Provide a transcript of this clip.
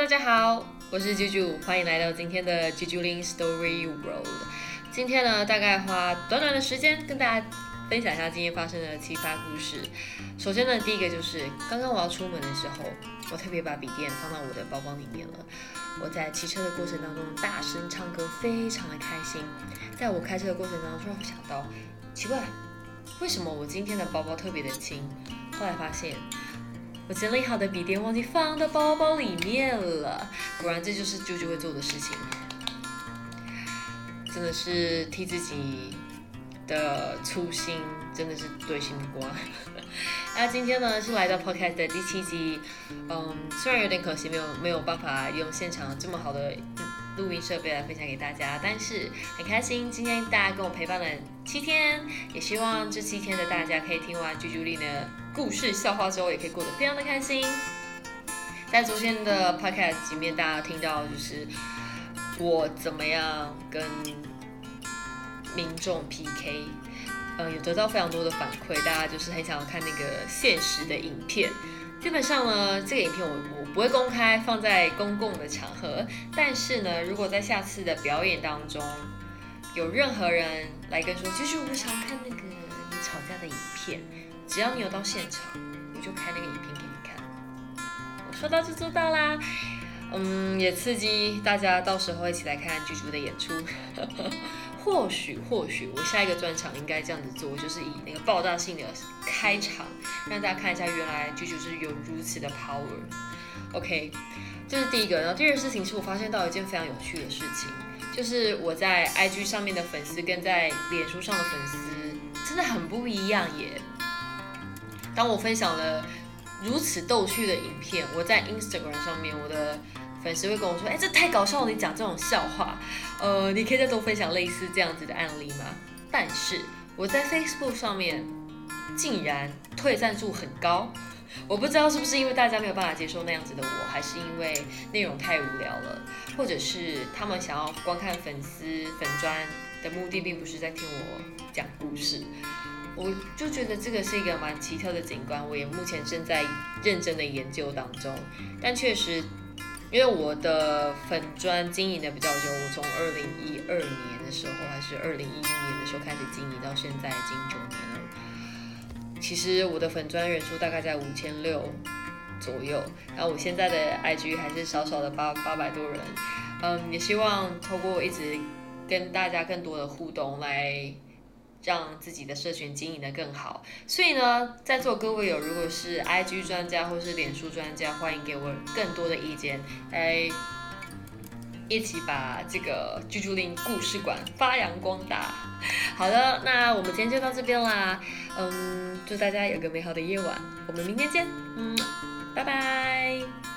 家好，我是 Juju， 欢迎来到今天的 Jujulin Story World。今天呢，大概花短短的时间跟大家分享一下今天发生的启发故事。首先呢，第一个就是刚刚我要出门的时候，我特别把笔电放到我的包包里面了。我在骑车的过程当中大声唱歌，非常的开心。在我开车的过程当中，突然想到，奇怪，为什么我今天的包包特别的轻？后来发现，我整理好的笔电忘记放到包包里面了。果然这就是啾啾会做的事情，真的是替自己的初心真的是对心不挂。那今天呢是来到 Podcast 的第7集，虽然有点可惜没有办法用现场这么好的录音设备来分享给大家，但是很开心今天大家跟我陪伴了7天，也希望这7天的大家可以听完Jujulin的故事笑话之后，也可以过得非常的开心。在昨天的 podcast 里面，大家听到就是我怎么样跟民众 PK，有得到非常多的反馈，大家就是很想要看那个现实的影片。基本上呢，这个影片我不会公开放在公共的场合，但是呢，如果在下次的表演当中有任何人来跟说，就是我想看那个你吵架的影片，只要你有到现场，我就开那个影片给你看。我说到就做到啦，也刺激大家到时候一起来看Juju的演出。或许我下一个专场应该这样子做，就是以那个爆炸性的开场，让大家看一下原来Juju是有如此的 power。OK， 这是第一个。然后第二个事情是我发现到一件非常有趣的事情，就是我在 IG 上面的粉丝跟在脸书上的粉丝真的很不一样耶。当我分享了如此逗趣的影片，我在 Instagram 上面，我的粉丝会跟我说，这太搞笑了，你讲这种笑话，你可以再多分享类似这样子的案例吗？但是我在 Facebook 上面竟然退赞数很高，我不知道是不是因为大家没有办法接受那样子的我，还是因为内容太无聊了，或者是他们想要观看粉专的目的并不是在听我讲故事。我就觉得这个是一个蛮奇特的景观，我也目前正在认真的研究当中。但确实，因为我的粉专经营的比较久，我从2012年的时候还是2011年的时候开始经营，到现在已经9年了。其实我的粉专人数大概在5600左右，然后我现在的 IG 还是少少的800多人。也希望透过一直跟大家更多的互动来让自己的社群经营得更好。所以呢，在座各位如果是 IG 专家或是脸书专家，欢迎给我更多的意见，来一起把这个Jujulin故事馆发扬光大。好的，那我们今天就到这边啦。祝大家有个美好的夜晚，我们明天见。拜拜。